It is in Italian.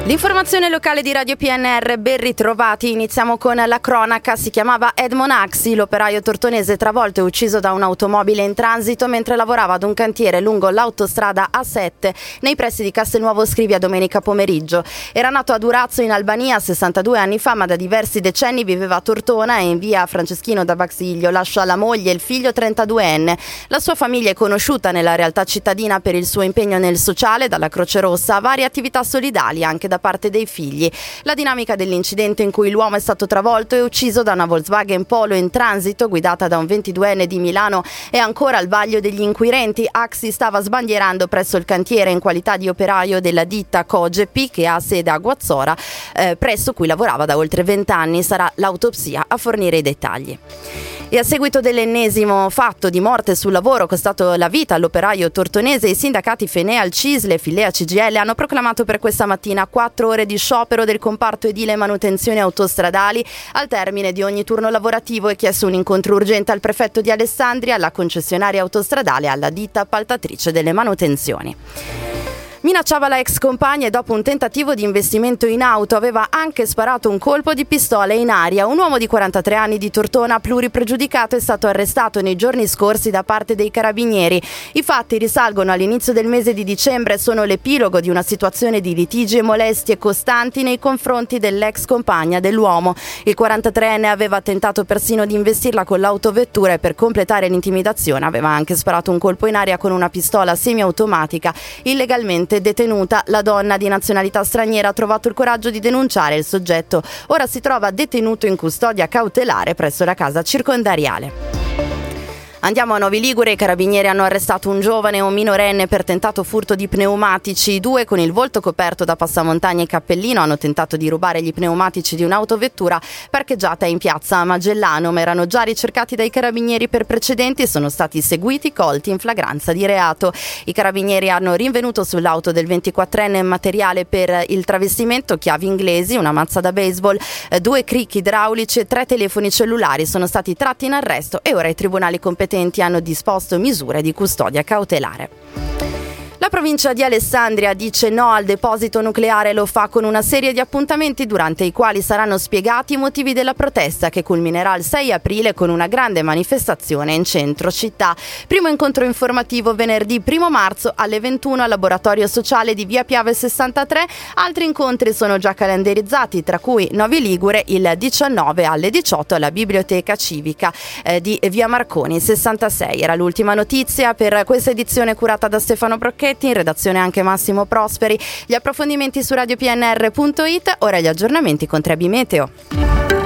L'informazione locale di Radio PNR, ben ritrovati. Iniziamo con la cronaca. Si chiamava Edmond Axi, l'operaio tortonese travolto e ucciso da un'automobile in transito mentre lavorava ad un cantiere lungo l'autostrada A7 nei pressi di Castelnuovo Scrivia domenica pomeriggio. Era nato a Durazzo in Albania 62 anni fa, ma da diversi decenni viveva a Tortona e in via Franceschino da Baxiglio. Lascia la moglie e il figlio 32enne. La sua famiglia è conosciuta nella realtà cittadina per il suo impegno nel sociale, dalla Croce Rossa a varie attività solidali anche da parte dei figli. La dinamica dell'incidente in cui l'uomo è stato travolto e ucciso da una Volkswagen Polo in transito guidata da un 22enne di Milano è ancora al vaglio degli inquirenti. Axi stava sbandierando presso il cantiere in qualità di operaio della ditta Cogepi, che ha sede a Guazzora, presso cui lavorava da oltre 20 anni. Sarà l'autopsia a fornire i dettagli. E a seguito dell'ennesimo fatto di morte sul lavoro costato la vita all'operaio tortonese, i sindacati Fenea, Cisle, Filea, CGL hanno proclamato per questa mattina 4 ore di sciopero del comparto edile e manutenzioni autostradali al termine di ogni turno lavorativo e chiesto un incontro urgente al prefetto di Alessandria, alla concessionaria autostradale e alla ditta appaltatrice delle manutenzioni. Minacciava la ex compagna e dopo un tentativo di investimento in auto aveva anche sparato un colpo di pistola in aria. Un uomo di 43 anni di Tortona, pluripregiudicato, è stato arrestato nei giorni scorsi da parte dei carabinieri. I fatti risalgono all'inizio del mese di dicembre e sono l'epilogo di una situazione di litigi e molestie costanti nei confronti dell'ex compagna dell'uomo. Il 43enne aveva tentato persino di investirla con l'autovettura e per completare l'intimidazione aveva anche sparato un colpo in aria con una pistola semiautomatica. Illegalmente detenuta, la donna di nazionalità straniera ha trovato il coraggio di denunciare il soggetto. Ora si trova detenuto in custodia cautelare presso la casa circondariale. Andiamo a Novi Ligure. I carabinieri hanno arrestato un giovane e un minorenne per tentato furto di pneumatici. I due, con il volto coperto da passamontagna e cappellino, hanno tentato di rubare gli pneumatici di un'autovettura parcheggiata in piazza a Magellano, ma erano già ricercati dai carabinieri per precedenti e sono stati seguiti, colti in flagranza di reato. I carabinieri hanno rinvenuto sull'auto del 24enne materiale per il travestimento, chiavi inglesi, una mazza da baseball, 2 cricchi idraulici e 3 telefoni cellulari. Sono stati tratti in arresto e ora i tribunali competenti hanno disposto misure di custodia cautelare. La provincia di Alessandria dice no al deposito nucleare, lo fa con una serie di appuntamenti durante i quali saranno spiegati i motivi della protesta che culminerà il 6 aprile con una grande manifestazione in centro città. Primo incontro informativo venerdì 1 marzo alle 21 al laboratorio sociale di via Piave 63. Altri incontri sono già calendarizzati, tra cui Novi Ligure il 19 alle 18 alla biblioteca civica di via Marconi 66. Era l'ultima notizia per questa edizione curata da Stefano Brocchetti. In redazione anche Massimo Prosperi. Gli approfondimenti su radiopnr.it. Ora gli aggiornamenti con Trebi Meteo.